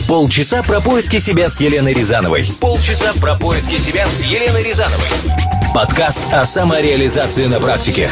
Полчаса про поиски себя с Еленой Рязановой. Полчаса про поиски себя с Еленой Рязановой. Подкаст о самореализации на практике.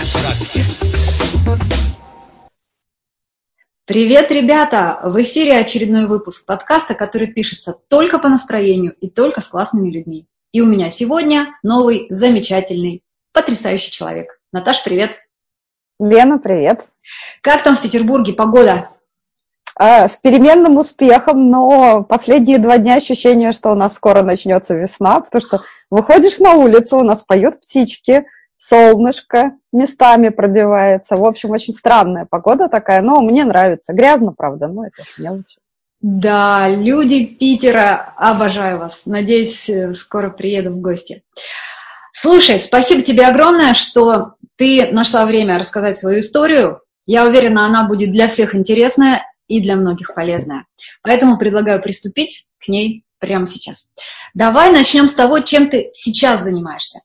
Привет, ребята! В эфире очередной выпуск подкаста, который пишется только по настроению и только с классными людьми. И у меня сегодня новый, замечательный, потрясающий человек. Наташ, привет! Лена, привет! Как там в Петербурге погода? С переменным успехом, но последние 2 дня ощущение, что у нас скоро начнется весна, потому что выходишь на улицу, у нас поют птички, солнышко местами пробивается. В общем, очень странная погода такая, но мне нравится. Грязно, правда, но это мелочь. Да, люди Питера, обожаю вас. Надеюсь, скоро приеду в гости. Слушай, спасибо тебе огромное, что ты нашла время рассказать свою историю. Я уверена, она будет для всех интересная и для многих полезная. Поэтому предлагаю приступить к ней прямо сейчас. Давай начнем с того, чем ты сейчас занимаешься.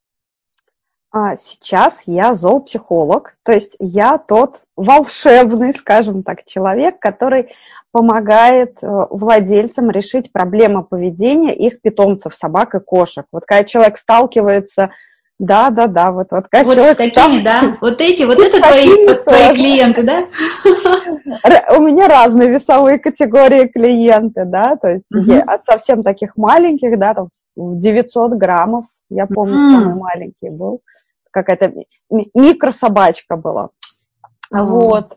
Сейчас я зоопсихолог, то есть я тот волшебный, скажем так, человек, который помогает владельцам решить проблемы поведения их питомцев, собак и кошек. Вот когда человек сталкивается... Да, вот когда вот человек с такими, да? Вот это твои клиенты, да? У меня разные весовые категории клиенты, да, то есть от совсем таких маленьких, да, там 900 граммов, я помню, самый маленький был, какая-то микрособачка была, вот,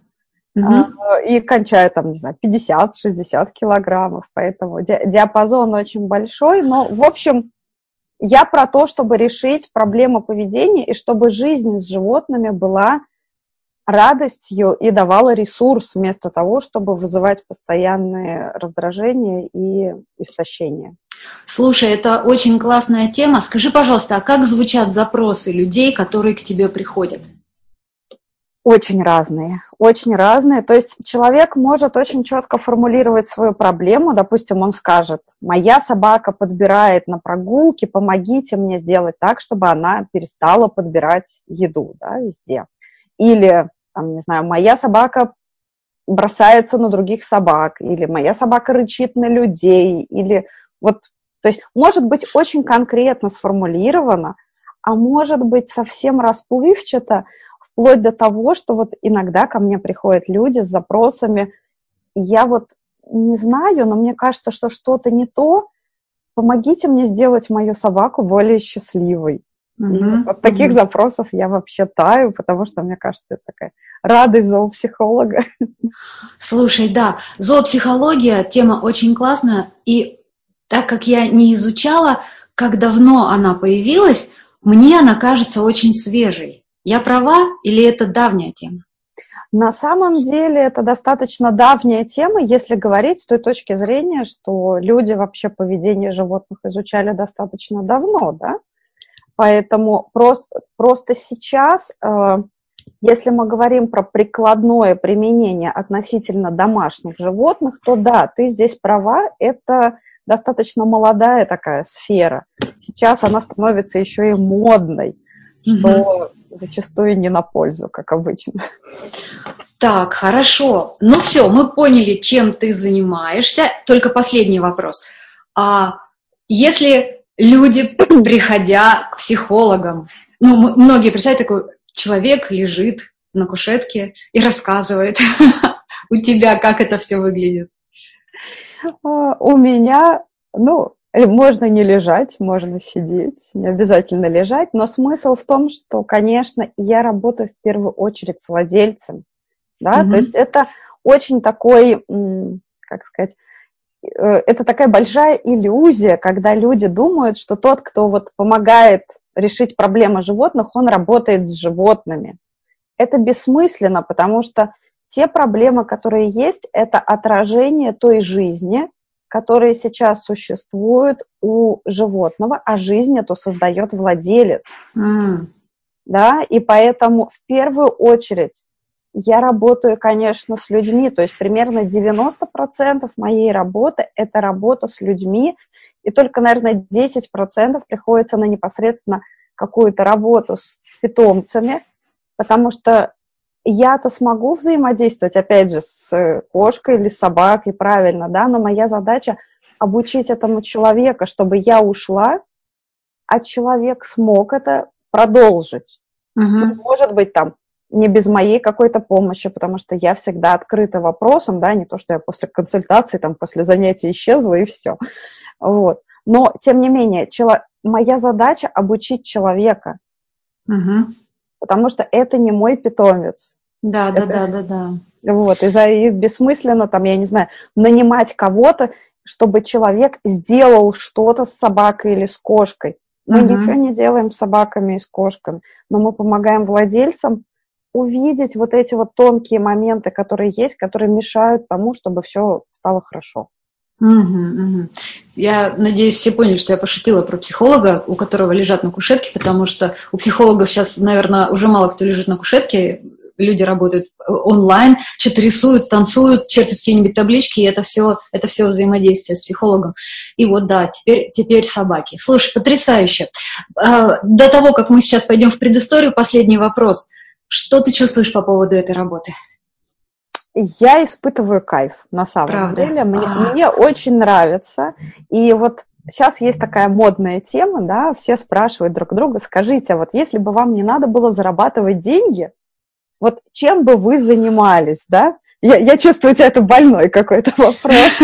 и кончая там, не знаю, 50-60 килограммов, поэтому диапазон очень большой, но, в общем, я про то, чтобы решить проблему поведения и чтобы жизнь с животными была радостью и давала ресурс вместо того, чтобы вызывать постоянные раздражения и истощение. Слушай, это очень классная тема. Скажи, пожалуйста, а как звучат запросы людей, которые к тебе приходят? Очень разные, очень разные. То есть человек может очень четко формулировать свою проблему. Допустим, он скажет: моя собака подбирает на прогулке, помогите мне сделать так, чтобы она перестала подбирать еду, да, везде. Или, там, не знаю, моя собака бросается на других собак, или моя собака рычит на людей, или вот, то есть может быть очень конкретно сформулировано, а может быть совсем расплывчато, вплоть до того, что вот иногда ко мне приходят люди с запросами, я вот не знаю, но мне кажется, что что-то не то, помогите мне сделать мою собаку более счастливой. И от таких запросов я вообще таю, потому что, мне кажется, это такая радость зоопсихолога. Слушай, да, зоопсихология, тема очень классная, и так как я не изучала, как давно она появилась, мне она кажется очень свежей. Я права или это давняя тема? На самом деле это достаточно давняя тема, если говорить с той точки зрения, что люди вообще поведение животных изучали достаточно давно, да? Поэтому просто сейчас, если мы говорим про прикладное применение относительно домашних животных, то да, ты здесь права, это достаточно молодая такая сфера. Сейчас она становится еще и модной, что зачастую не на пользу, как обычно. Так, хорошо. Ну все, мы поняли, чем ты занимаешься. Только последний вопрос. А если люди, приходя к психологам, ну, многие, представляете, такой человек лежит на кушетке и рассказывает, у тебя как это все выглядит? У меня, можно не лежать, можно сидеть, не обязательно лежать, но смысл в том, что, конечно, я работаю в первую очередь с владельцем, да, то есть это очень такой, как сказать, это такая большая иллюзия, когда люди думают, что тот, кто вот помогает решить проблемы животных, он работает с животными. Это бессмысленно, потому что те проблемы, которые есть, это отражение той жизни, которые сейчас существуют у животного, а жизнь эту создает владелец. Да? И поэтому в первую очередь я работаю, конечно, с людьми, то есть примерно 90% моей работы – это работа с людьми, и только, наверное, 10% приходится на непосредственно какую-то работу с питомцами, потому что я-то смогу взаимодействовать, опять же, с кошкой или с собакой, правильно, да, но моя задача обучить этому человека, чтобы я ушла, а человек смог это продолжить. Угу. Может быть, там, не без моей какой-то помощи, потому что я всегда открыта вопросам, да, не то, что я после консультации, там, после занятий исчезла и все. Вот. Но, тем не менее, моя задача обучить человека, потому что это не мой питомец. Да. Вот, и бессмысленно, там, я не знаю, нанимать кого-то, чтобы человек сделал что-то с собакой или с кошкой. Мы ничего не делаем с собаками и с кошками, но мы помогаем владельцам увидеть вот эти вот тонкие моменты, которые есть, которые мешают тому, чтобы все стало хорошо. Я надеюсь, все поняли, что я пошутила про психолога, у которого лежат на кушетке, потому что у психологов сейчас, наверное, уже мало кто лежит на кушетке, люди работают онлайн, что-то рисуют, танцуют, чертят какие-нибудь таблички, и это все взаимодействие с психологом. И вот да, теперь собаки. Слушай, потрясающе. До того, как мы сейчас пойдем в предысторию, последний вопрос. Что ты чувствуешь по поводу этой работы? Я испытываю кайф, на самом деле. Мне очень нравится. И вот сейчас есть такая модная тема, да, все спрашивают друг друга, скажите, вот если бы вам не надо было зарабатывать деньги, вот чем бы вы занимались, да? Я чувствую, у тебя это больной какой-то вопрос.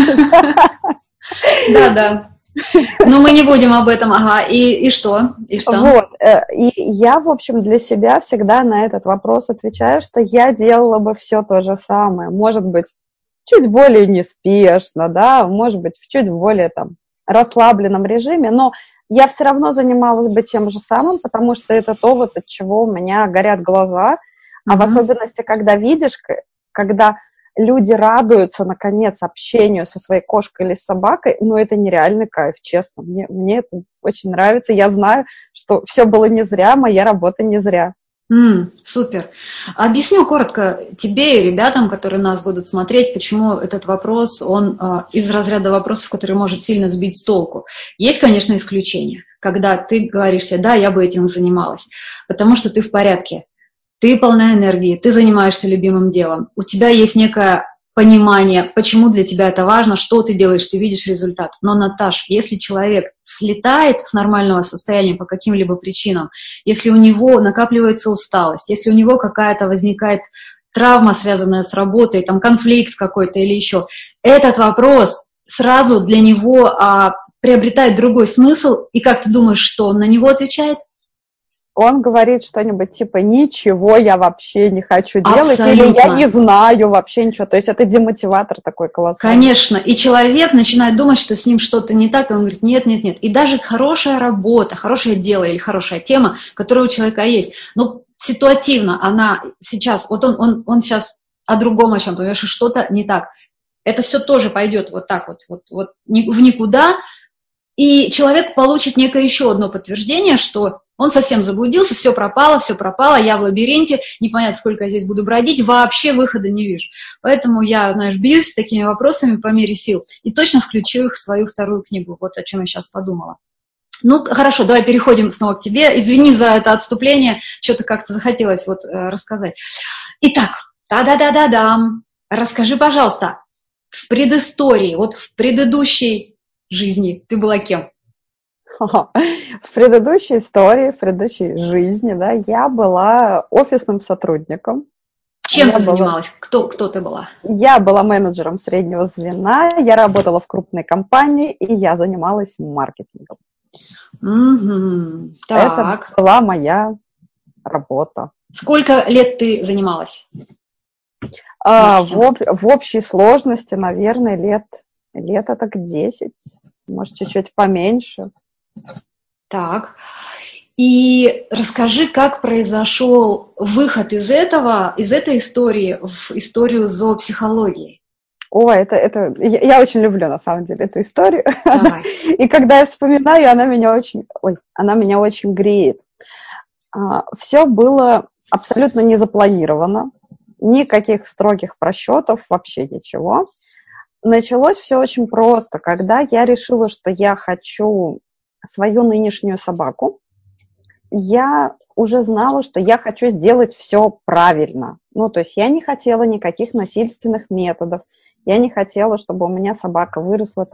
Да. Но мы не будем об этом, и что? Вот, и я, в общем, для себя всегда на этот вопрос отвечаю, что я делала бы все то же самое, может быть, чуть более неспешно, да, может быть, в чуть более там расслабленном режиме, но я все равно занималась бы тем же самым, потому что это то, вот от чего у меня горят глаза, а в особенности, когда видишь, когда люди радуются, наконец, общению со своей кошкой или собакой, но это нереальный кайф, честно. Мне это очень нравится. Я знаю, что все было не зря, моя работа не зря. Супер. Объясню коротко тебе и ребятам, которые нас будут смотреть, почему этот вопрос, он из разряда вопросов, который может сильно сбить с толку. Есть, конечно, исключения, когда ты говоришь себе, да, я бы этим занималась, потому что ты в порядке. Ты полна энергии, ты занимаешься любимым делом, у тебя есть некое понимание, почему для тебя это важно, что ты делаешь, ты видишь результат. Но, Наташ, если человек слетает с нормального состояния по каким-либо причинам, если у него накапливается усталость, если у него какая-то возникает травма, связанная с работой, там конфликт какой-то или еще, этот вопрос сразу для него приобретает другой смысл, и как ты думаешь, что он на него отвечает? Он говорит что-нибудь типа «ничего я вообще не хочу делать», абсолютно. Или «я не знаю вообще ничего». То есть это демотиватор такой колоссальный. Конечно. И человек начинает думать, что с ним что-то не так, и он говорит «нет». И даже хорошая работа, хорошее дело или хорошая тема, которая у человека есть, но ситуативно она сейчас, вот он сейчас о другом о чем-то, что что-то не так. Это все тоже пойдет вот так вот в никуда, и человек получит некое еще одно подтверждение, что он совсем заблудился, все пропало, я в лабиринте, непонятно, сколько я здесь буду бродить, вообще выхода не вижу. Поэтому я, бьюсь с такими вопросами по мере сил и точно включу их в свою вторую книгу, вот о чем я сейчас подумала. Ну, хорошо, давай переходим снова к тебе. Извини за это отступление, что-то как-то захотелось рассказать. Итак, да-да-да-да-дам. Расскажи, пожалуйста, в предыстории, в предыдущей жизни ты была кем? В предыдущей истории, в предыдущей жизни, да, я была офисным сотрудником. Чем ты занималась? Кто ты была? Я была менеджером среднего звена, я работала в крупной компании, и я занималась маркетингом. Так. Это была моя работа. Сколько лет ты занималась? В общей сложности, наверное, лет так 10, может, чуть-чуть поменьше. Так, и расскажи, как произошел выход из этой истории в историю зоопсихологии. Я очень люблю, на самом деле, эту историю. Давай. И когда я вспоминаю, она меня очень греет. Все было абсолютно не запланировано, никаких строгих просчетов, вообще ничего. Началось все очень просто, когда я решила, что я хочу свою нынешнюю собаку, я уже знала, что я хочу сделать все правильно. То есть я не хотела никаких насильственных методов, я не хотела, чтобы у меня собака выросла там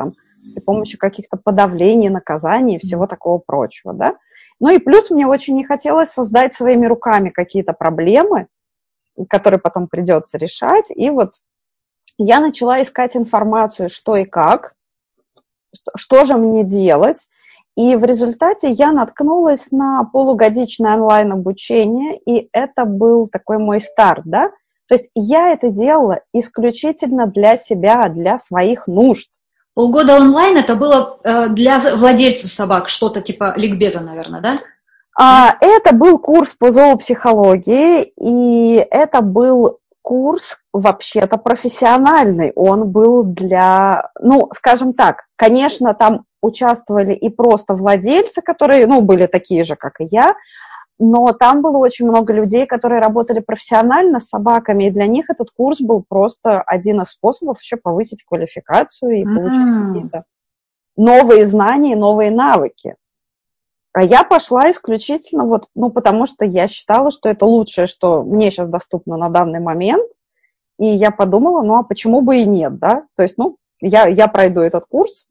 при помощи каких-то подавлений, наказаний и всего такого прочего, да. Ну и плюс мне очень не хотелось создать своими руками какие-то проблемы, которые потом придется решать. И вот я начала искать информацию, что и как, что же мне делать. И в результате я наткнулась на полугодичное онлайн-обучение, и это был такой мой старт, да. То есть я это делала исключительно для себя, для своих нужд. Полгода онлайн это было для владельцев собак, что-то типа ликбеза, наверное, да? Это был курс по зоопсихологии, и это был курс вообще-то профессиональный. Он был для, ну, скажем так, конечно, там участвовали и просто владельцы, которые, ну, были такие же, как и я, но там было очень много людей, которые работали профессионально с собаками, и для них этот курс был просто один из способов еще повысить квалификацию и получить какие-то новые знания, новые навыки. А я пошла исключительно вот, ну, потому что я считала, что это лучшее, что мне сейчас доступно на данный момент, и я подумала, ну, а почему бы и нет, да? То есть, ну, я пройду этот курс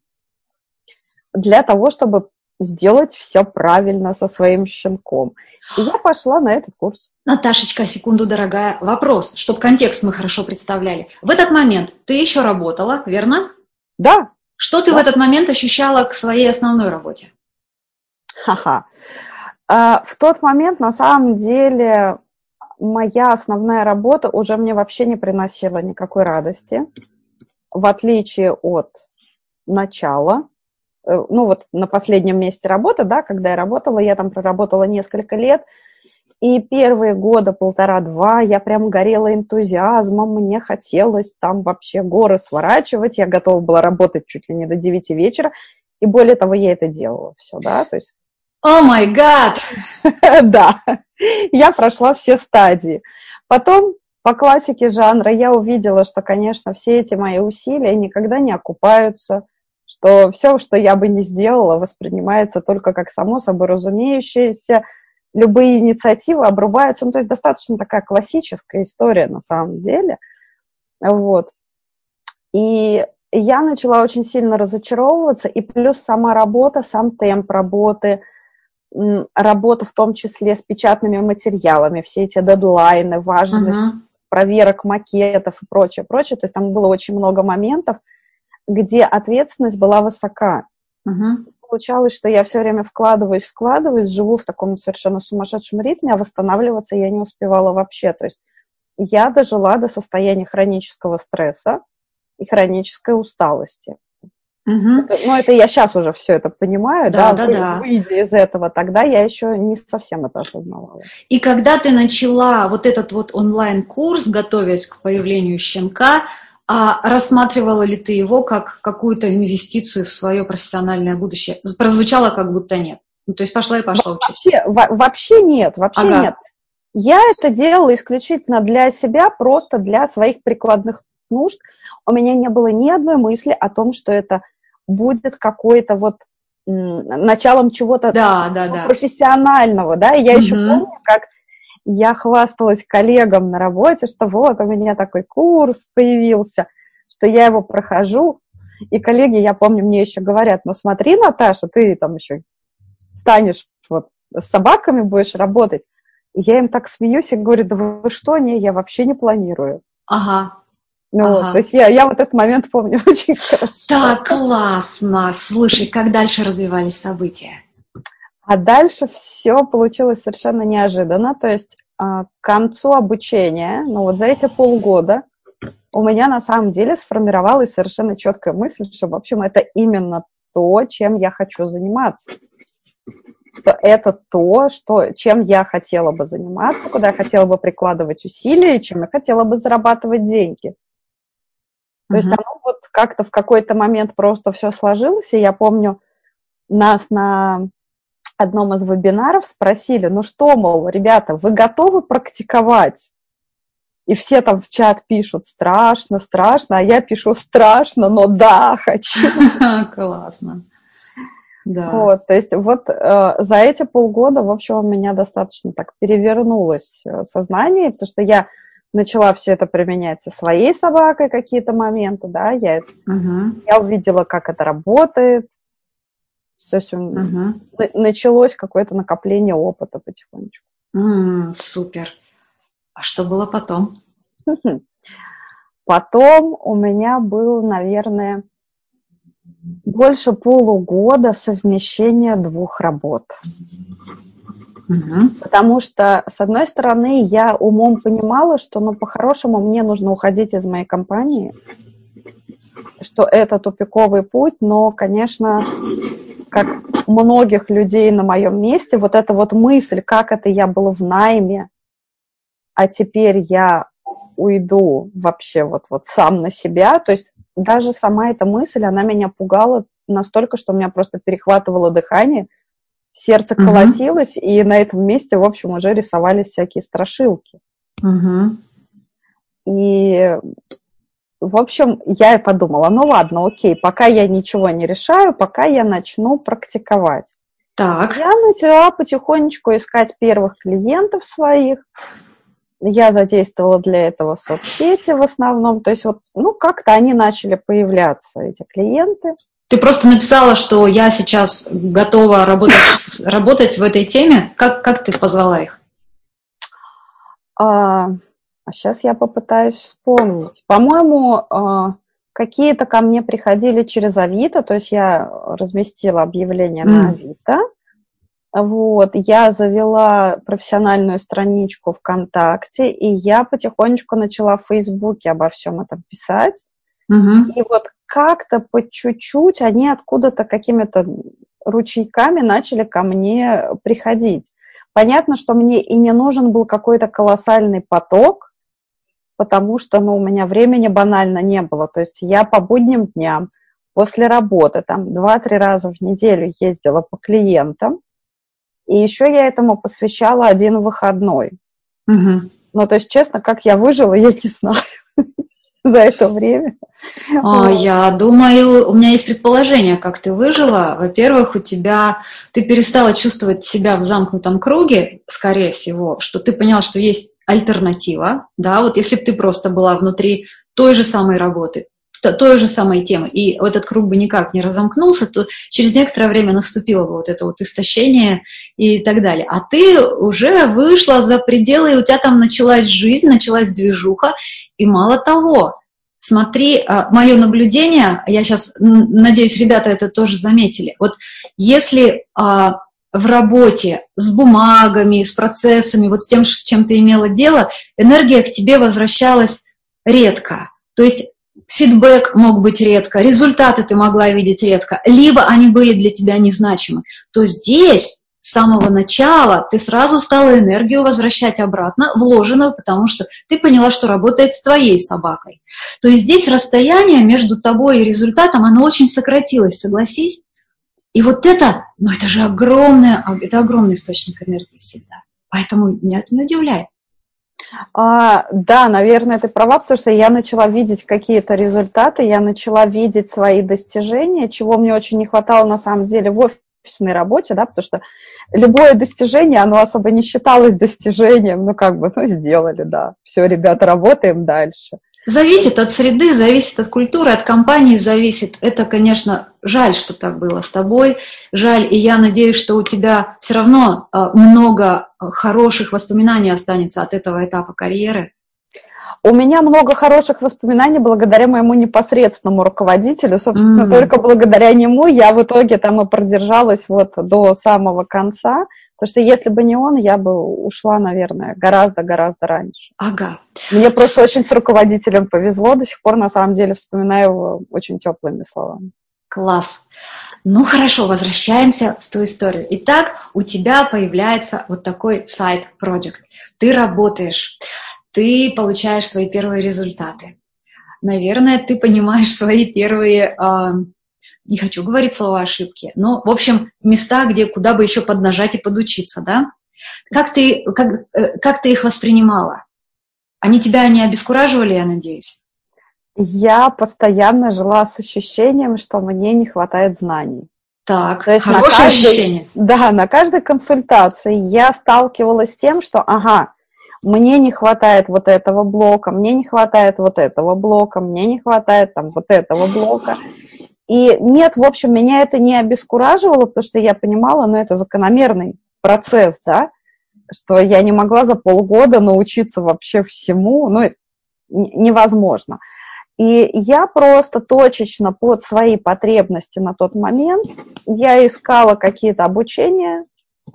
для того, чтобы сделать все правильно со своим щенком. И я пошла на этот курс. Наташечка, секунду, дорогая. Вопрос, чтобы контекст мы хорошо представляли. В этот момент ты еще работала, верно? Да. Что ты в этот момент ощущала к своей основной работе? Ха-ха. В тот момент, на самом деле, моя основная работа уже мне вообще не приносила никакой радости, в отличие от начала. Ну, вот на последнем месте работы, да, когда я работала, я там проработала несколько лет, и первые года, 1,5-2, я прям горела энтузиазмом, мне хотелось там вообще горы сворачивать, я готова была работать чуть ли не до 9 вечера, и более того, я это делала все, да, то есть... О май гад! Да, я прошла все стадии. Потом, по классике жанра, я увидела, что, конечно, все эти мои усилия никогда не окупаются, что все, что я бы не сделала, воспринимается только как само собой разумеющееся, любые инициативы обрубаются, ну, то есть достаточно такая классическая история на самом деле, вот. И я начала очень сильно разочаровываться, и плюс сама работа, сам темп работы, работа в том числе с печатными материалами, все эти дедлайны, важность проверок макетов и прочее, прочее, то есть там было очень много моментов, где ответственность была высока. Получалось, что я все время вкладываюсь, живу в таком совершенно сумасшедшем ритме, а восстанавливаться я не успевала вообще. То есть я дожила до состояния хронического стресса и хронической усталости. Это я сейчас уже все это понимаю, да. Выйдя из этого, тогда я еще не совсем это осознавала. И когда ты начала вот этот вот онлайн-курс, готовясь к появлению щенка, рассматривала ли ты его как какую-то инвестицию в свое профессиональное будущее? Прозвучало, как будто нет. Ну, то есть пошла и пошла учиться. Вообще нет. Я это делала исключительно для себя, просто для своих прикладных нужд. У меня не было ни одной мысли о том, что это будет какой-то вот началом чего-то профессионального, да. И я еще помню, как я хвасталась коллегам на работе, что вот у меня такой курс появился, что я его прохожу. И коллеги, я помню, мне еще говорят, ну смотри, Наташа, ты там еще станешь вот с собаками будешь работать. И я им так смеюсь и говорю, да вы что, не, я вообще не планирую. То есть я вот этот момент помню очень хорошо. Так, классно. Слушай, как дальше развивались события? А дальше все получилось совершенно неожиданно. То есть к концу обучения, ну вот за эти полгода у меня на самом деле сформировалась совершенно четкая мысль, что, в общем, это именно то, чем я хочу заниматься. Что это то, чем я хотела бы заниматься, куда я хотела бы прикладывать усилия, и чем я хотела бы зарабатывать деньги. То есть оно вот как-то в какой-то момент просто все сложилось, и я помню, нас на одном из вебинаров спросили, ну что, мол, ребята, вы готовы практиковать? И все там в чат пишут страшно, а я пишу страшно, но да, хочу. Классно. Да. Вот, то есть вот за эти полгода, в общем, у меня достаточно так перевернулось сознание, потому что я начала все это применять со своей собакой какие-то моменты, да, я увидела, как это работает. То есть началось какое-то накопление опыта потихонечку. Супер. А что было потом? Потом у меня был, наверное, больше полугода совмещения 2 работ. Потому что, с одной стороны, я умом понимала, что, по-хорошему мне нужно уходить из моей компании, что это тупиковый путь, но, конечно, как многих людей на моем месте, вот эта вот мысль, как это я была в найме, а теперь я уйду вообще вот сам на себя, то есть даже сама эта мысль, она меня пугала настолько, что у меня просто перехватывало дыхание, сердце колотилось, и на этом месте, в общем, уже рисовались всякие страшилки. И, в общем, я и подумала, ладно, окей, пока я ничего не решаю, пока я начну практиковать. Так. Я начала потихонечку искать первых клиентов своих. Я задействовала для этого соцсети в основном. То есть как-то они начали появляться, эти клиенты. Ты просто написала, что я сейчас готова работать в этой теме. Как ты позвала их? А сейчас я попытаюсь вспомнить. По-моему, какие-то ко мне приходили через Авито, то есть я разместила объявление на Авито. Я завела профессиональную страничку ВКонтакте, и я потихонечку начала в Фейсбуке обо всем этом писать. И как-то по чуть-чуть они откуда-то какими-то ручейками начали ко мне приходить. Понятно, что мне и не нужен был какой-то колоссальный поток, потому что, у меня времени банально не было. То есть я по будним дням после работы, там, 2-3 раза в неделю ездила по клиентам, и еще я этому посвящала 1 выходной. То есть, честно, как я выжила, я не знаю за это время. Я думаю, у меня есть предположение, как ты выжила. Во-первых, ты перестала чувствовать себя в замкнутом круге, скорее всего, что ты поняла, что есть альтернатива. Да, если бы ты просто была внутри той же самой работы, той же самой темы, и этот круг бы никак не разомкнулся, то через некоторое время наступило бы это истощение и так далее. А ты уже вышла за пределы, и у тебя там началась жизнь, началась движуха, и мало того, смотри, мое наблюдение, я сейчас, надеюсь, ребята это тоже заметили, если в работе с бумагами, с процессами, с тем, с чем ты имела дело, энергия к тебе возвращалась редко, то есть фидбэк мог быть редко, результаты ты могла видеть редко, либо они были для тебя незначимы, то здесь с самого начала ты сразу стала энергию возвращать обратно, вложенную, потому что ты поняла, что работает с твоей собакой. То есть здесь расстояние между тобой и результатом, оно очень сократилось, согласись? И это же огромный источник энергии всегда. Поэтому меня это не удивляет. Да, наверное, ты права, потому что я начала видеть какие-то результаты, я начала видеть свои достижения, чего мне очень не хватало на самом деле в офисной работе, да, потому что любое достижение, оно особо не считалось достижением, сделали, да, все, ребята, работаем дальше. Зависит от среды, зависит от культуры, от компании зависит. Это, конечно, жаль, что так было с тобой, жаль, и я надеюсь, что у тебя все равно много хороших воспоминаний останется от этого этапа карьеры. У меня много хороших воспоминаний благодаря моему непосредственному руководителю. Собственно, только благодаря нему я в итоге там и продержалась до самого конца. Потому что если бы не он, я бы ушла, наверное, гораздо-гораздо раньше. Ага. Мне просто очень с руководителем повезло. До сих пор, на самом деле, вспоминаю его очень теплыми словами. Класс. Хорошо, возвращаемся в ту историю. Итак, у тебя появляется такой сайт-проект. Ты работаешь, ты получаешь свои первые результаты. Наверное, ты понимаешь свои первые... не хочу говорить слова ошибки, но, в общем, места, куда бы еще поднажать и подучиться, да? Как ты их воспринимала? Они тебя не обескураживали, я надеюсь? Я постоянно жила с ощущением, что мне не хватает знаний. Так, хорошее ощущение? Да, на каждой консультации я сталкивалась с тем, что, мне не хватает вот этого блока, мне не хватает вот этого блока, мне не хватает там вот этого блока. И нет, в общем, меня это не обескураживало, потому что я понимала, ну, это закономерный процесс, да, что я не могла за полгода научиться вообще всему, ну, это невозможно. И я просто точечно под свои потребности на тот момент, я искала какие-то обучения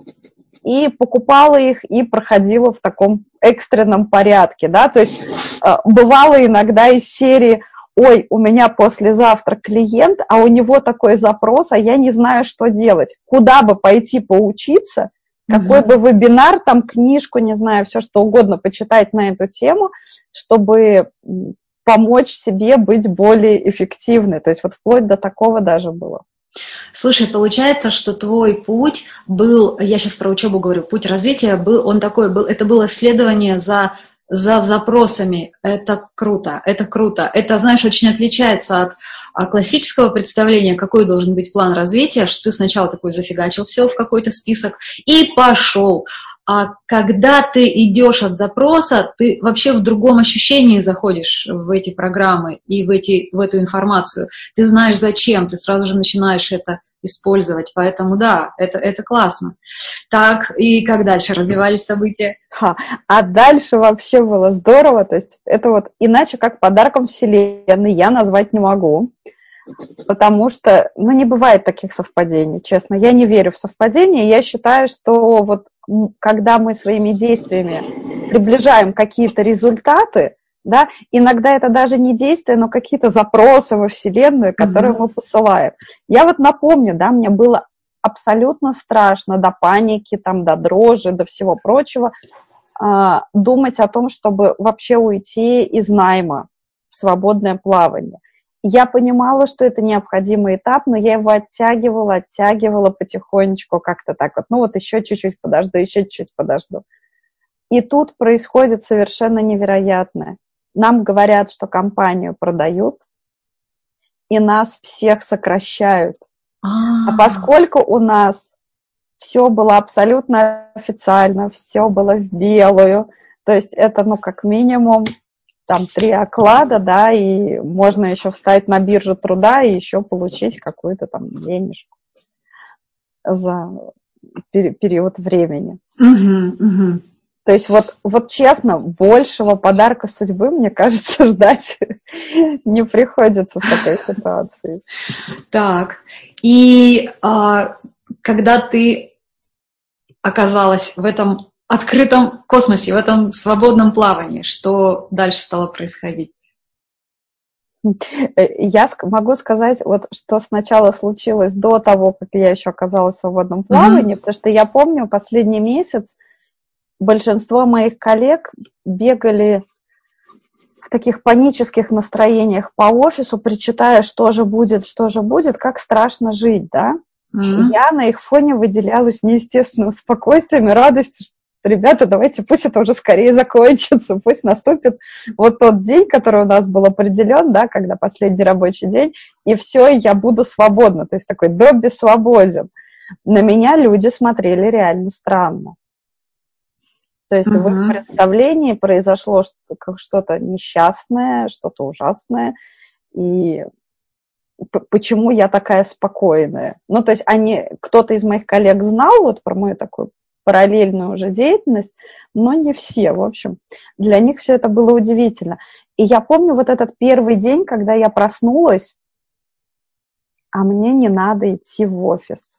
и покупала их, и проходила в таком экстренном порядке, да, то есть бывало иногда из серии: ой, у меня послезавтра клиент, а у него такой запрос, а я не знаю, что делать. Куда бы пойти поучиться, какой бы вебинар, там, книжку, не знаю, все что угодно почитать на эту тему, чтобы помочь себе быть более эффективной. То есть вот вплоть до такого даже было. Слушай, получается, что твой путь был, я сейчас про учебу говорю, путь развития был, он такой был, это было исследование за запросами. Это круто, это круто. Это, знаешь, очень отличается от классического представления, какой должен быть план развития, что ты сначала такой зафигачил все в какой-то список и пошел. А когда ты идешь от запроса, ты вообще в другом ощущении заходишь в эти программы и в эту информацию. Ты знаешь зачем, ты сразу же начинаешь это использовать. Поэтому да, это классно. Так, и как дальше развивались события? А дальше вообще было здорово. То есть это вот иначе как подарком Вселенной я назвать не могу. Потому что, ну, не бывает таких совпадений, честно. Я не верю в совпадения. Я считаю, что вот когда мы своими действиями приближаем какие-то результаты, да, иногда это даже не действия, но какие-то запросы во Вселенную, которые мы посылаем. Я вот напомню, да, мне было абсолютно страшно до паники, там, до дрожи, до всего прочего, думать о том, чтобы вообще уйти из найма в свободное плавание. Я понимала, что это необходимый этап, но я его оттягивала потихонечку как-то так вот. Ну вот еще чуть-чуть подожду, еще чуть-чуть подожду. И тут происходит совершенно невероятное. Нам говорят, что компанию продают, и нас всех сокращают. А поскольку у нас все было абсолютно официально, все было в белую, то есть это, ну, как минимум, там 3 оклада, да, и можно еще встать на биржу труда и еще получить какую-то там денежку за период времени. То есть вот честно, большего подарка судьбы, мне кажется, ждать не приходится в такой ситуации. Так, и когда ты оказалась в этом открытом космосе, в этом свободном плавании, что дальше стало происходить? Я могу сказать, вот, что сначала случилось до того, как я еще оказалась в свободном плавании, потому что я помню, последний месяц большинство моих коллег бегали в таких панических настроениях по офису, причитая, что же будет, как страшно жить, да? Я на их фоне выделялась неестественным спокойствием и радостью, что, ребята, давайте, пусть это уже скорее закончится, пусть наступит вот тот день, который у нас был определен, да, когда последний рабочий день, и все, я буду свободна, то есть такой Добби свободен. На меня люди смотрели реально странно. То есть в их представлении произошло что-то несчастное, что-то ужасное, и почему я такая спокойная? Ну, то есть кто-то из моих коллег знал вот про мою такую параллельную уже деятельность, но не все, в общем. Для них все это было удивительно. И я помню вот этот первый день, когда я проснулась, а мне не надо идти в офис.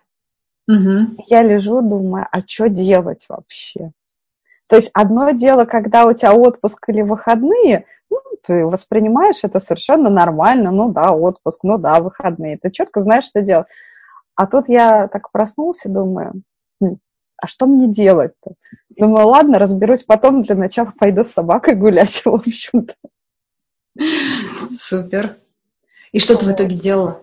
Я лежу, думаю, а что делать вообще? То есть одно дело, когда у тебя отпуск или выходные, ну, ты воспринимаешь это совершенно нормально, ну да, отпуск, ну да, выходные, ты четко знаешь, что делать. А тут я так проснулся, думаю, а что мне делать-то? Думаю, ладно, разберусь потом, для начала пойду с собакой гулять, в общем-то. Супер. И что ты в итоге делала?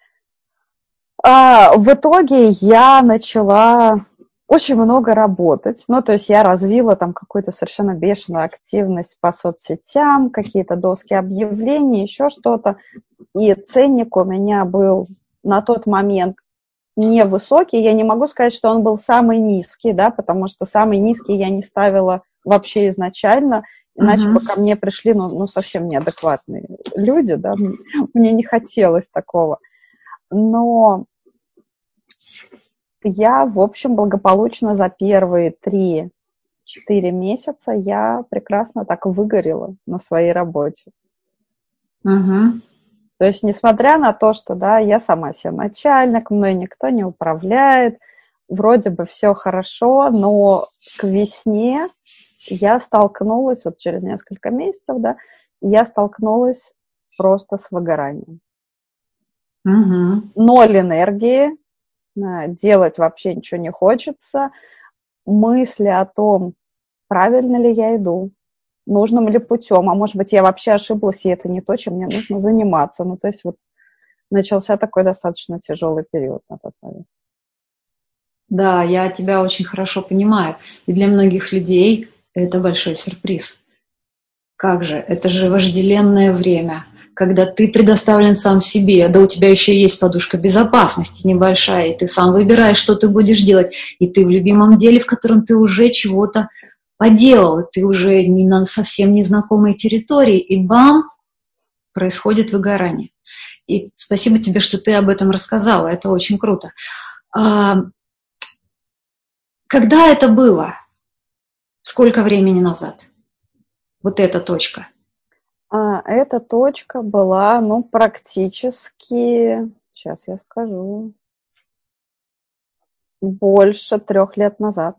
В итоге я начала очень много работать. Ну, то есть я развила там какую-то совершенно бешеную активность по соцсетям, какие-то доски объявлений, еще что-то. И ценник у меня был на тот момент невысокий. Я не могу сказать, что он был самый низкий, да, потому что самый низкий я не ставила вообще изначально, иначе бы ко мне пришли, ну, совсем неадекватные люди, да, мне не хотелось такого. Но я, в общем, благополучно за первые 3-4 месяца я прекрасно так выгорела на своей работе. То есть, несмотря на то, что, да, я сама себе начальник, мной никто не управляет, вроде бы все хорошо, но к весне я столкнулась, вот через несколько месяцев, да, я столкнулась просто с выгоранием. Ноль энергии, делать вообще ничего не хочется, мысли о том, правильно ли я иду, нужным ли путем, а может быть, я вообще ошиблась, и это не то, чем мне нужно заниматься. Ну, то есть вот начался такой достаточно тяжелый период на тот момент. Да, я тебя очень хорошо понимаю. И для многих людей это большой сюрприз. Как же, это же вожделенное время, когда ты предоставлен сам себе, да у тебя еще есть подушка безопасности небольшая, и ты сам выбираешь, что ты будешь делать, и ты в любимом деле, в котором ты уже чего-то поделал, ты уже не на совсем незнакомой территории, и бам, происходит выгорание. И спасибо тебе, что ты об этом рассказала, это очень круто. Когда это было? Сколько времени назад? Вот эта точка. Эта точка была, ну, практически, сейчас я скажу, больше 3 лет назад.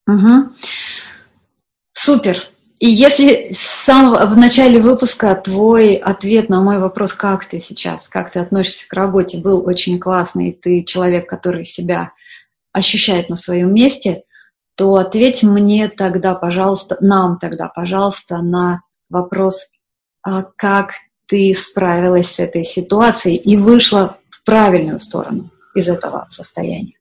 Супер. И если в начале выпуска твой ответ на мой вопрос, как ты сейчас, как ты относишься к работе, был очень классный, и ты человек, который себя ощущает на своем месте, то ответь мне тогда, пожалуйста, нам тогда, пожалуйста, на вопрос, как ты справилась с этой ситуацией и вышла в правильную сторону из этого состояния.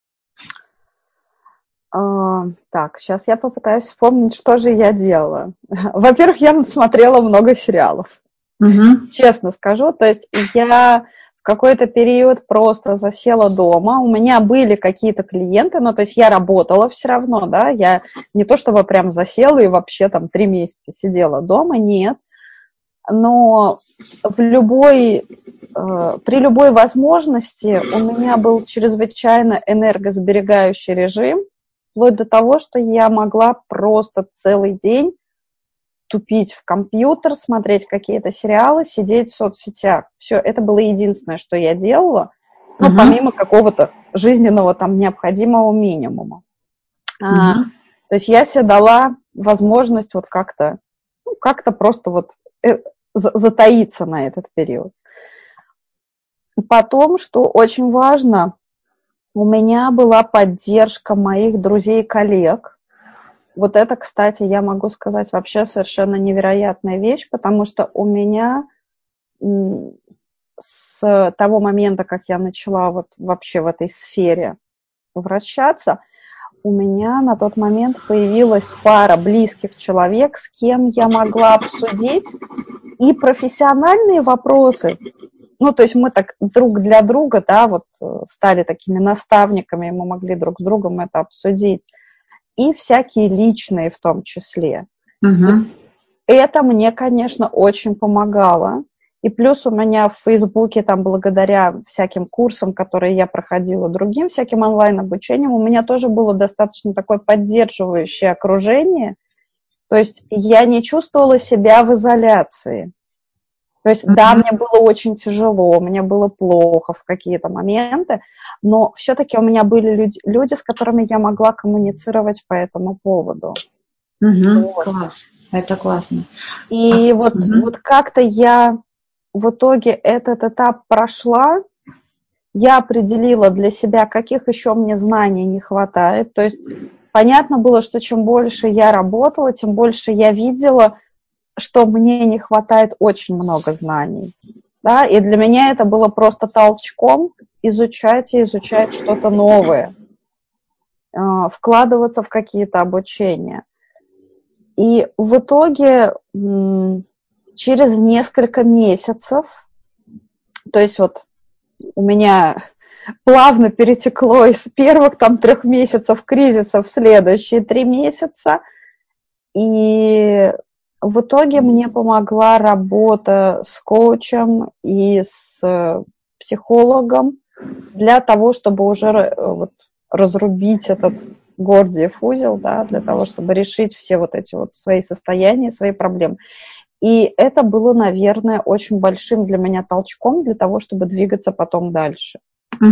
Так, сейчас я попытаюсь вспомнить, что же я делала. Во-первых, я смотрела много сериалов. Честно скажу, то есть я в какой-то период просто засела дома, у меня были какие-то клиенты, но то есть я работала все равно, да, я не то чтобы прям засела и вообще там 3 месяца сидела дома, нет, но при любой возможности у меня был чрезвычайно энергосберегающий режим, вплоть до того, что я могла просто целый день тупить в компьютер, смотреть какие-то сериалы, сидеть в соцсетях. Все, это было единственное, что я делала, ну, помимо какого-то жизненного там необходимого минимума. То есть я себе дала возможность вот как-то просто вот затаиться на этот период. Потом, что очень важно, у меня была поддержка моих друзей и коллег. Вот это, кстати, я могу сказать, вообще совершенно невероятная вещь, потому что у меня с того момента, как я начала вот вообще в этой сфере вращаться, у меня на тот момент появилась пара близких человек, с кем я могла обсудить и профессиональные вопросы. Ну, то есть мы так друг для друга, да, вот стали такими наставниками, мы могли друг с другом это обсудить. И всякие личные в том числе. Это мне, конечно, очень помогало. И плюс у меня в Фейсбуке, там, благодаря всяким курсам, которые я проходила, другим всяким онлайн-обучением, у меня тоже было достаточно такое поддерживающее окружение. То есть я не чувствовала себя в изоляции. То есть, да, мне было очень тяжело, мне было плохо в какие-то моменты, но все-таки у меня были люди, с которыми я могла коммуницировать по этому поводу. Вот. Класс, это классно. И вот как-то я в итоге этот этап прошла, я определила для себя, каких еще мне знаний не хватает. То есть понятно было, что чем больше я работала, тем больше я видела, что мне не хватает очень много знаний. Да? И для меня это было просто толчком изучать что-то новое, вкладываться в какие-то обучения. И в итоге через несколько месяцев, то есть вот у меня плавно перетекло из первых там 3 месяцев кризиса в следующие 3 месяца, И в итоге мне помогла работа с коучем и с психологом для того, чтобы уже вот разрубить этот Гордиев узел, да, для того, чтобы решить все вот эти вот свои состояния, свои проблемы. И это было, наверное, очень большим для меня толчком для того, чтобы двигаться потом дальше.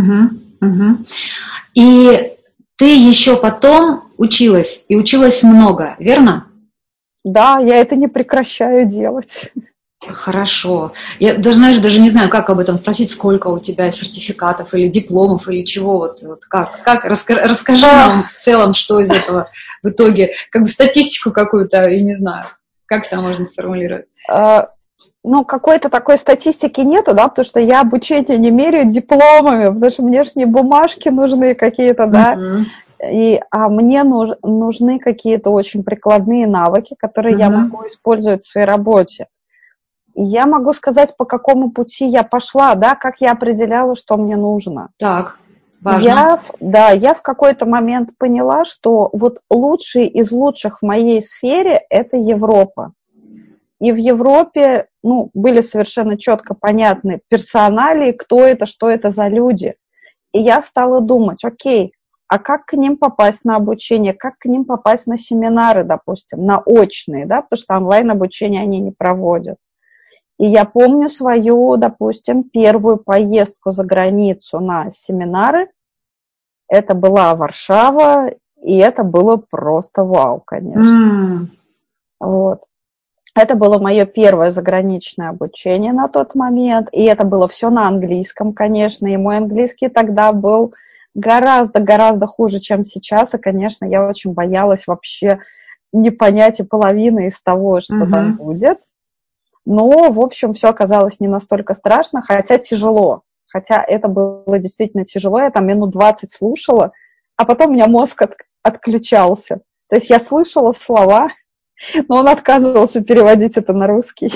И ты еще потом училась, и училась много, верно? Да, я это не прекращаю делать. Хорошо. Я даже, знаешь, даже не знаю, как об этом спросить, сколько у тебя сертификатов или дипломов, или чего, вот как? Расскажи нам в целом, что из этого в итоге, как бы статистику какую-то, я не знаю, как это можно сформулировать? Ну, какой-то такой статистики нету, да, потому что я обучение не меряю дипломами, потому что мне же не бумажки нужны какие-то, да, а мне нужны какие-то очень прикладные навыки, которые я могу использовать в своей работе. Я могу сказать, по какому пути я пошла, да, как я определяла, что мне нужно. Так, важно. Я в какой-то момент поняла, что вот лучшие из лучших в моей сфере – это Европа. И в Европе, ну, были совершенно четко понятны персоналии, кто это, что это за люди. И я стала думать, окей, а как к ним попасть на обучение, как к ним попасть на семинары, допустим, на очные, да, потому что онлайн-обучение они не проводят. И я помню свою, допустим, первую поездку за границу на семинары. Это была Варшава, и это было просто вау, конечно. Вот. Это было мое первое заграничное обучение на тот момент, и это было все на английском, конечно, и мой английский тогда был гораздо хуже, чем сейчас, и, конечно, я очень боялась вообще не понять и половины из того, что там будет. Но, в общем, все оказалось не настолько страшно, хотя тяжело. Хотя это было действительно тяжело. Я там минут 20 слушала, а потом у меня мозг отключался. То есть я слышала слова, но он отказывался переводить это на русский.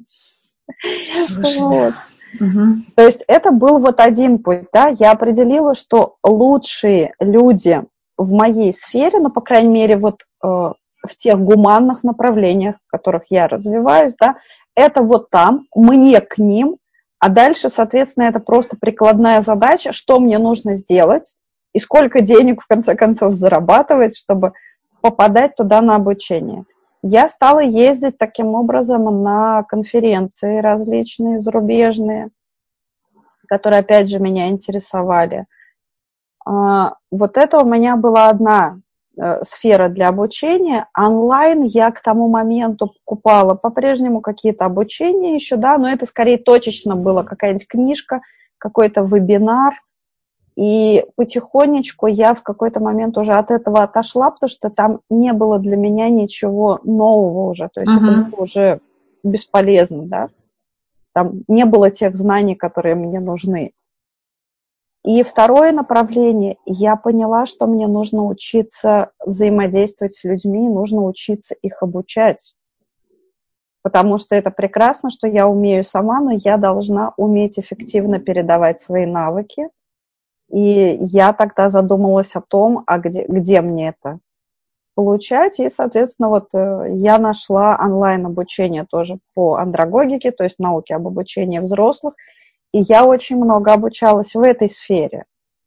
Вот. То есть это был вот один путь. Да? Я определила, что лучшие люди в моей сфере, ну, по крайней мере, вот в тех гуманных направлениях, в которых я развиваюсь, да, это вот там, мне к ним, а дальше, соответственно, это просто прикладная задача, что мне нужно сделать и сколько денег, в конце концов, зарабатывать, чтобы попадать туда на обучение. Я стала ездить таким образом на конференции различные, зарубежные, которые, опять же, меня интересовали. Вот это у меня была одна сфера для обучения. Онлайн я к тому моменту покупала по-прежнему какие-то обучения еще, да, но это скорее точечно было, какая-нибудь книжка, какой-то вебинар. И потихонечку я в какой-то момент уже от этого отошла, потому что там не было для меня ничего нового уже. То есть это было уже бесполезно, да. Там не было тех знаний, которые мне нужны. И второе направление, я поняла, что мне нужно учиться взаимодействовать с людьми, нужно учиться их обучать. Потому что это прекрасно, что я умею сама, но я должна уметь эффективно передавать свои навыки. И я тогда задумалась о том, а где мне это получать. И, соответственно, вот я нашла онлайн-обучение тоже по андрогогике, то есть науке об обучении взрослых. И я очень много обучалась в этой сфере.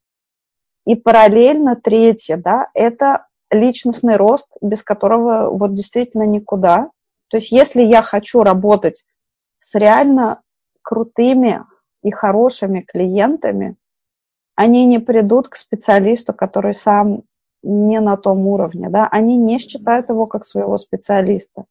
И параллельно третье, да, это личностный рост, без которого вот действительно никуда. То есть если я хочу работать с реально крутыми и хорошими клиентами, они не придут к специалисту, который сам не на том уровне, да, они не считают его как своего специалиста.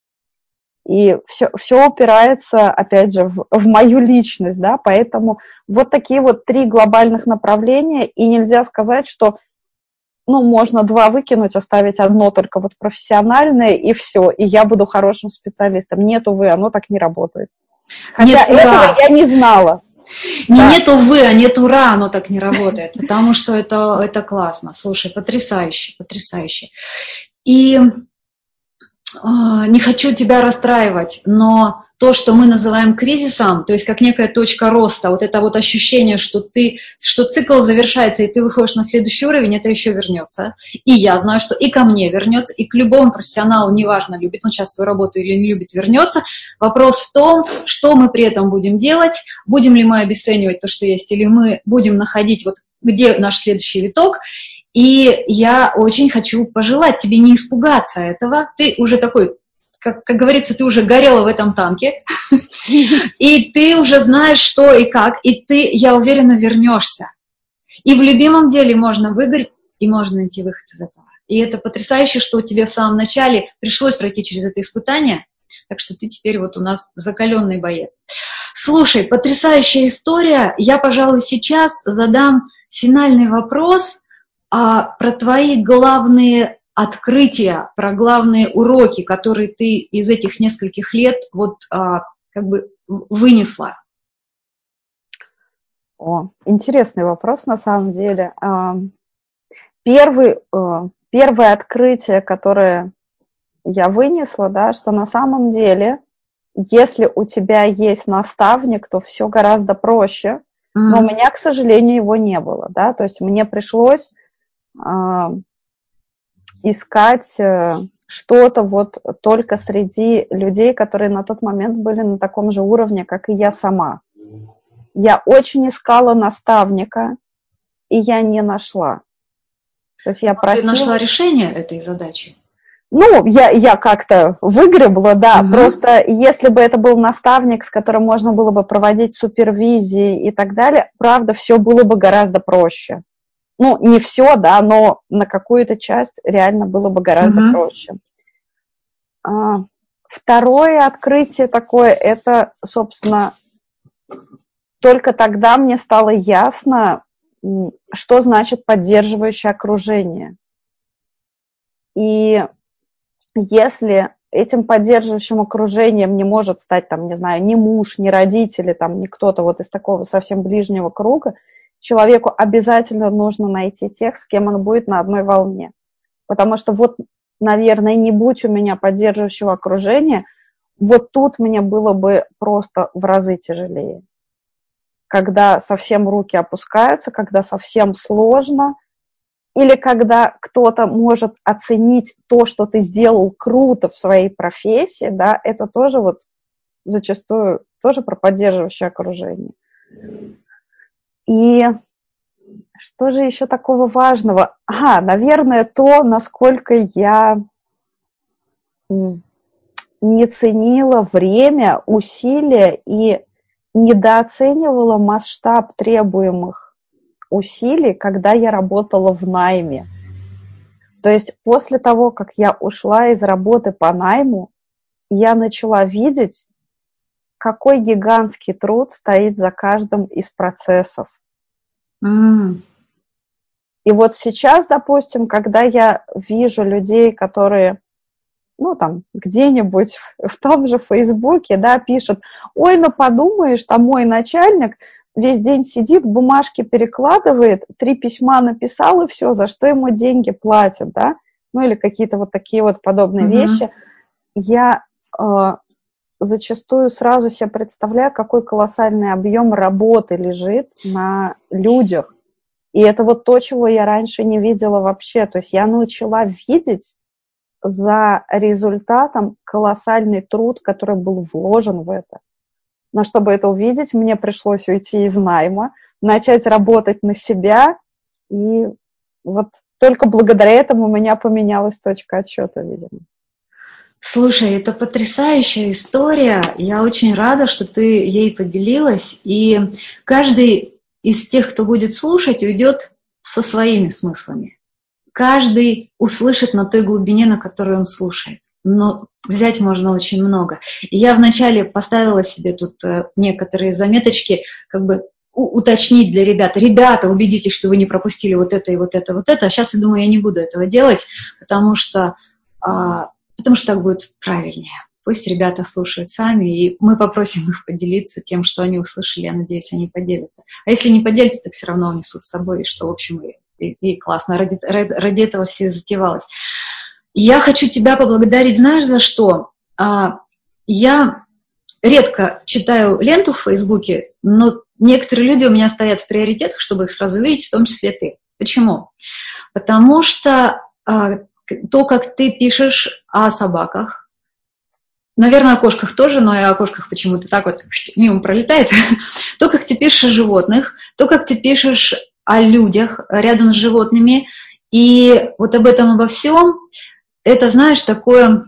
И все упирается, опять же, в мою личность, да, поэтому вот такие вот 3 глобальных направления, и нельзя сказать, что, ну, можно 2 выкинуть, оставить одно только вот профессиональное, и все, и я буду хорошим специалистом. Нет, увы, оно так не работает. Хотя нет, этого я не знала. Нет, увы, а нет, ура, оно так не работает, потому что это классно. Слушай, потрясающе, потрясающе. И не хочу тебя расстраивать, но то, что мы называем кризисом, то есть как некая точка роста, вот это вот ощущение, что цикл завершается, и ты выходишь на следующий уровень, это еще вернется. И я знаю, что и ко мне вернется, и к любому профессионалу, неважно, любит он сейчас свою работу или не любит, вернется. Вопрос в том, что мы при этом будем делать, будем ли мы обесценивать то, что есть, или мы будем находить, вот где наш следующий виток. И я очень хочу пожелать тебе не испугаться этого. Ты уже такой, как говорится, ты уже горела в этом танке, и ты уже знаешь, что и как, и ты, я уверена, вернешься. И в любимом деле можно выиграть, и можно найти выход из этого. И это потрясающе, что тебе в самом начале пришлось пройти через это испытание, так что ты теперь вот у нас закаленный боец. Слушай, потрясающая история. Я, пожалуй, сейчас задам финальный вопрос про твои главные открытия, про главные уроки, которые ты из этих нескольких лет вот как бы вынесла. Интересный вопрос на самом деле. Первое открытие, которое я вынесла, да, что на самом деле, если у тебя есть наставник, то все гораздо проще. Но у меня, к сожалению, его не было, да, то есть мне пришлось искать что-то вот только среди людей, которые на тот момент были на таком же уровне, как и я сама. Я очень искала наставника, и я не нашла. То есть я просила... Ты нашла решение этой задачи? Ну, я как-то выгребла, да, просто если бы это был наставник, с которым можно было бы проводить супервизии и так далее, правда, все было бы гораздо проще. Ну, не все, да, но на какую-то часть реально было бы гораздо проще. Второе открытие такое, это, собственно, только тогда мне стало ясно, что значит поддерживающее окружение. И если этим поддерживающим окружением не может стать, там, не знаю, ни муж, ни родители, там, ни кто-то вот из такого совсем ближнего круга, человеку обязательно нужно найти тех, с кем он будет на одной волне. Потому что вот, наверное, не будь у меня поддерживающего окружения, вот тут мне было бы просто в разы тяжелее. Когда совсем руки опускаются, когда совсем сложно, или когда кто-то может оценить то, что ты сделал круто в своей профессии, да, это тоже вот зачастую тоже про поддерживающее окружение. И что же еще такого важного? Наверное, то, насколько я не ценила время, усилия и недооценивала масштаб требуемых усилий, когда я работала в найме. То есть после того, как я ушла из работы по найму, я начала видеть, какой гигантский труд стоит за каждым из процессов. И вот сейчас, допустим, когда я вижу людей, которые, ну, там, где-нибудь в том же Фейсбуке, да, пишут: ой, ну, подумаешь, там мой начальник весь день сидит, бумажки перекладывает, 3 письма написал, и все, за что ему деньги платят, да, ну, или какие-то вот такие вот подобные вещи, я зачастую сразу себе представляю, какой колоссальный объем работы лежит на людях. И это вот то, чего я раньше не видела вообще. То есть я начала видеть за результатом колоссальный труд, который был вложен в это. Но чтобы это увидеть, мне пришлось уйти из найма, начать работать на себя. И вот только благодаря этому у меня поменялась точка отсчета, видимо. Слушай, это потрясающая история. Я очень рада, что ты ей поделилась. И каждый из тех, кто будет слушать, уйдет со своими смыслами. Каждый услышит на той глубине, на которой он слушает. Но взять можно очень много. И я вначале поставила себе тут некоторые заметочки, как бы уточнить для ребят. Ребята, убедитесь, что вы не пропустили вот это и вот это, вот это. А сейчас я думаю, я не буду этого делать, потому что так будет правильнее. Пусть ребята слушают сами, и мы попросим их поделиться тем, что они услышали. Я надеюсь, они поделятся. А если не поделятся, так все равно унесут с собой, что, в общем, и классно. Ради этого все затевалось. Я хочу тебя поблагодарить, знаешь, за что? Я редко читаю ленту в Фейсбуке, но некоторые люди у меня стоят в приоритетах, чтобы их сразу видеть, в том числе ты. Почему? Потому что то, как ты пишешь о собаках, наверное, о кошках тоже, но и о кошках почему-то так вот мимо пролетает, то, как ты пишешь о животных, то, как ты пишешь о людях рядом с животными, и вот об этом, обо всем, это, знаешь, такое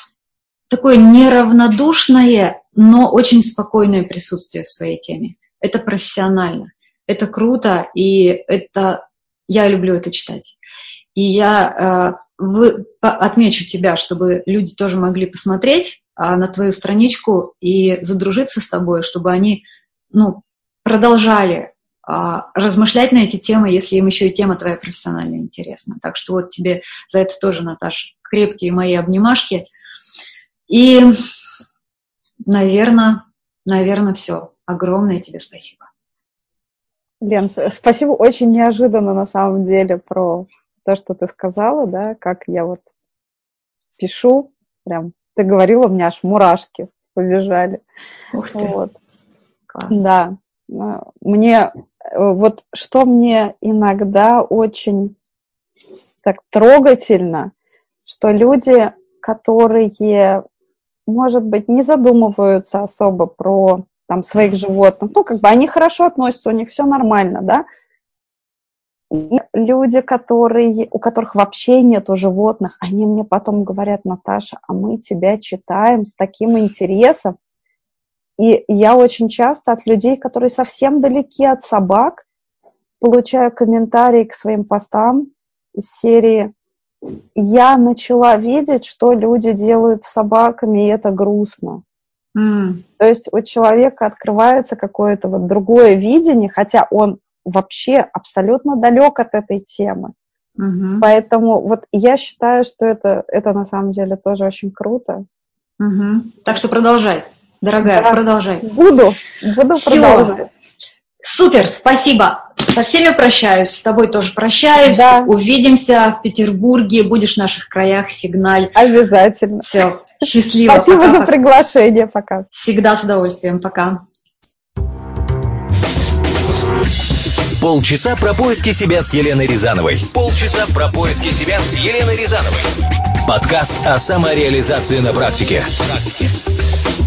неравнодушное, но очень спокойное присутствие в своей теме. Это профессионально, это круто, и я люблю это читать. И я отмечу тебя, чтобы люди тоже могли посмотреть на твою страничку и задружиться с тобой, чтобы они продолжали размышлять на эти темы, если им еще и тема твоя профессиональная интересна. Так что вот тебе за это тоже, Наташ, крепкие мои обнимашки. И, наверное, все. Огромное тебе спасибо. Лен, спасибо, очень неожиданно на самом деле про то, что ты сказала, да, как я вот пишу, прям, ты говорила, у меня аж мурашки побежали. Ух ты. Вот. Класс. Да, вот что мне иногда очень так трогательно, что люди, которые, может быть, не задумываются особо про там своих животных, они хорошо относятся, у них все нормально, да, и люди, у которых вообще нету животных, они мне потом говорят: Наташа, а мы тебя читаем с таким интересом. И я очень часто от людей, которые совсем далеки от собак, получаю комментарии к своим постам из серии: я начала видеть, что люди делают с собаками, и это грустно. То есть у человека открывается какое-то вот другое видение, хотя он вообще абсолютно далек от этой темы. Поэтому вот я считаю, что это на самом деле тоже очень круто. Так что продолжай, дорогая, да, продолжай. Буду продолжать. Супер, спасибо. Со всеми прощаюсь, с тобой тоже прощаюсь. Да. Увидимся в Петербурге, будешь в наших краях, сигналь. Обязательно. Все, счастливо. Спасибо за приглашение, пока. Всегда с удовольствием, пока. Полчаса про поиски себя с Еленой Рязановой. Полчаса про поиски себя с Еленой Рязановой. Подкаст о самореализации на практике.